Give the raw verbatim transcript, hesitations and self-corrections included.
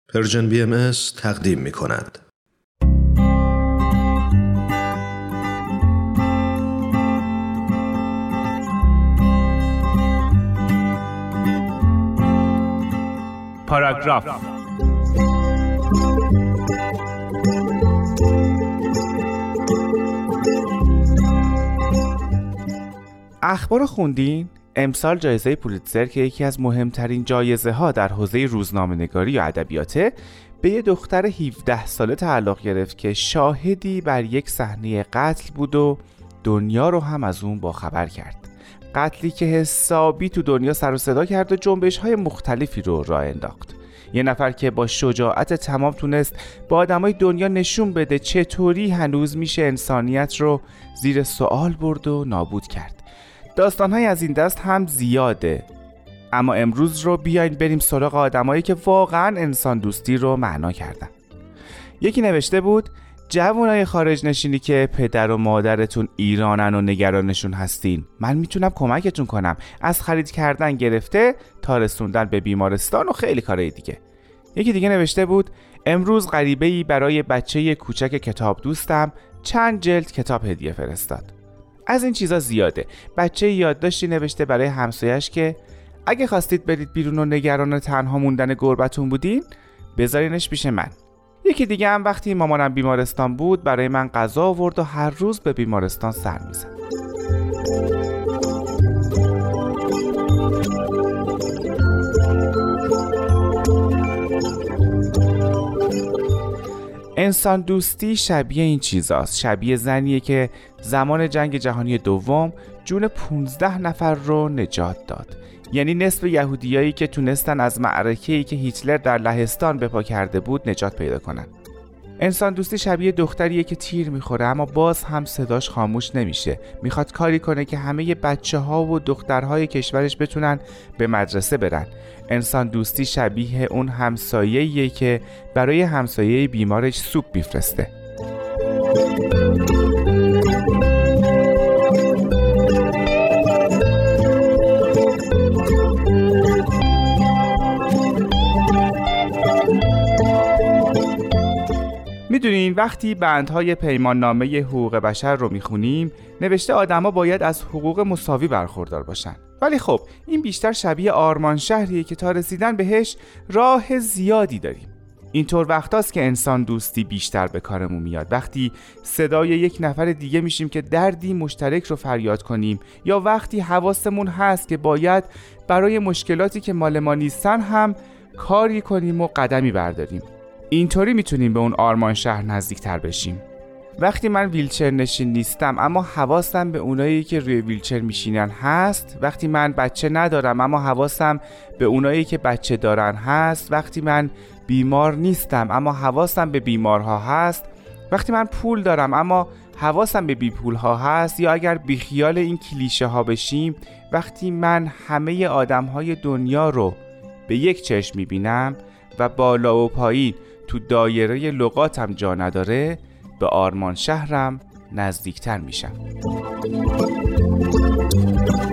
پرژن بی ام اس تقدیم می کند. پاراگراف. اخبار خوندین؟ امسال جایزه پولیتزر که یکی از مهمترین جایزه ها در حوزه روزنامه‌نگاری و ادبیاته به یه دختر هفده ساله تعلق گرفت که شاهدی بر یک صحنه قتل بود و دنیا رو هم از اون باخبر کرد. قتلی که حسابی تو دنیا سر و صدا کرد و جنبش‌های مختلفی رو راه انداخت. یه نفر که با شجاعت تمام تونست با آدمای دنیا نشون بده چطوری هنوز میشه انسانیت رو زیر سوال برد و نابود کرد. داستان‌های از این دست هم زیاده، اما امروز رو بیاین بریم سراغ آدمایی که واقعاً انسان دوستی رو معنا کردن. یکی نوشته بود جوانای خارج نشینی که پدر و مادرتون ایرانن و نگرانشون هستین، من میتونم کمکتون کنم، از خرید کردن گرفته تا رسوندن به بیمارستان و خیلی کارهای دیگه. یکی دیگه نوشته بود امروز غریبه‌ای برای بچه کوچک کتاب دوستم چند جلد کتاب هدیه فرستاد. از این چیزا زیاده. بچه یادداشتی نوشته برای همسایش که اگه خواستید برید بیرون و نگران تنها موندن گربتون بودین بذارینش پیش من. یکی دیگه هم وقتی مامانم بیمارستان بود برای من غذا آورد و هر روز به بیمارستان سر میزد. انسان دوستی شبیه این چیزاست. شبیه زنیه که زمان جنگ جهانی دوم جون پونزده نفر رو نجات داد. یعنی نصف یهودیایی که تونستن از معرکه‌ای که هیتلر در لهستان بپا کرده بود نجات پیدا کنن. انسان دوستی شبیه دختریه که تیر میخوره اما باز هم صداش خاموش نمیشه. میخواد کاری کنه که همه بچه‌ها و دخترهای کشورش بتونن به مدرسه برن. انسان دوستی شبیه اون همسایه‌ایه که برای همسایه بیمارش سوپ میفرسته. میدونین وقتی بندهای پیمان نامه حقوق بشر رو میخونیم نوشته آدما باید از حقوق مساوی برخوردار باشن، ولی خب این بیشتر شبیه آرمان شهریه که تا رسیدن بهش راه زیادی داریم. اینطور وقتاست که انسان دوستی بیشتر به کارمون میاد، وقتی صدای یک نفر دیگه میشیم که دردی مشترک رو فریاد کنیم، یا وقتی حواسمون هست که باید برای مشکلاتی که مال ما نیستن هم کاری کنیم و قدمی برداریم. اینطوری میتونیم به اون آرمان شهر نزدیک تر بشیم. وقتی من ویلچر نشین نیستم اما حواسم به اونایی که روی ویلچر میشینن هست، وقتی من بچه ندارم اما حواسم به اونایی که بچه دارن هست، وقتی من بیمار نیستم اما حواسم به بیمارها هست، وقتی من پول دارم اما حواسم به بی پول ها هست، یا اگر بیخیال این کلیشه ها بشیم وقتی من همه آدم های دنیا رو به یک چشم میبینم و بالا و پایین تو دایره لغاتم جا نداره، به آرمان شهرم نزدیکتر میشم.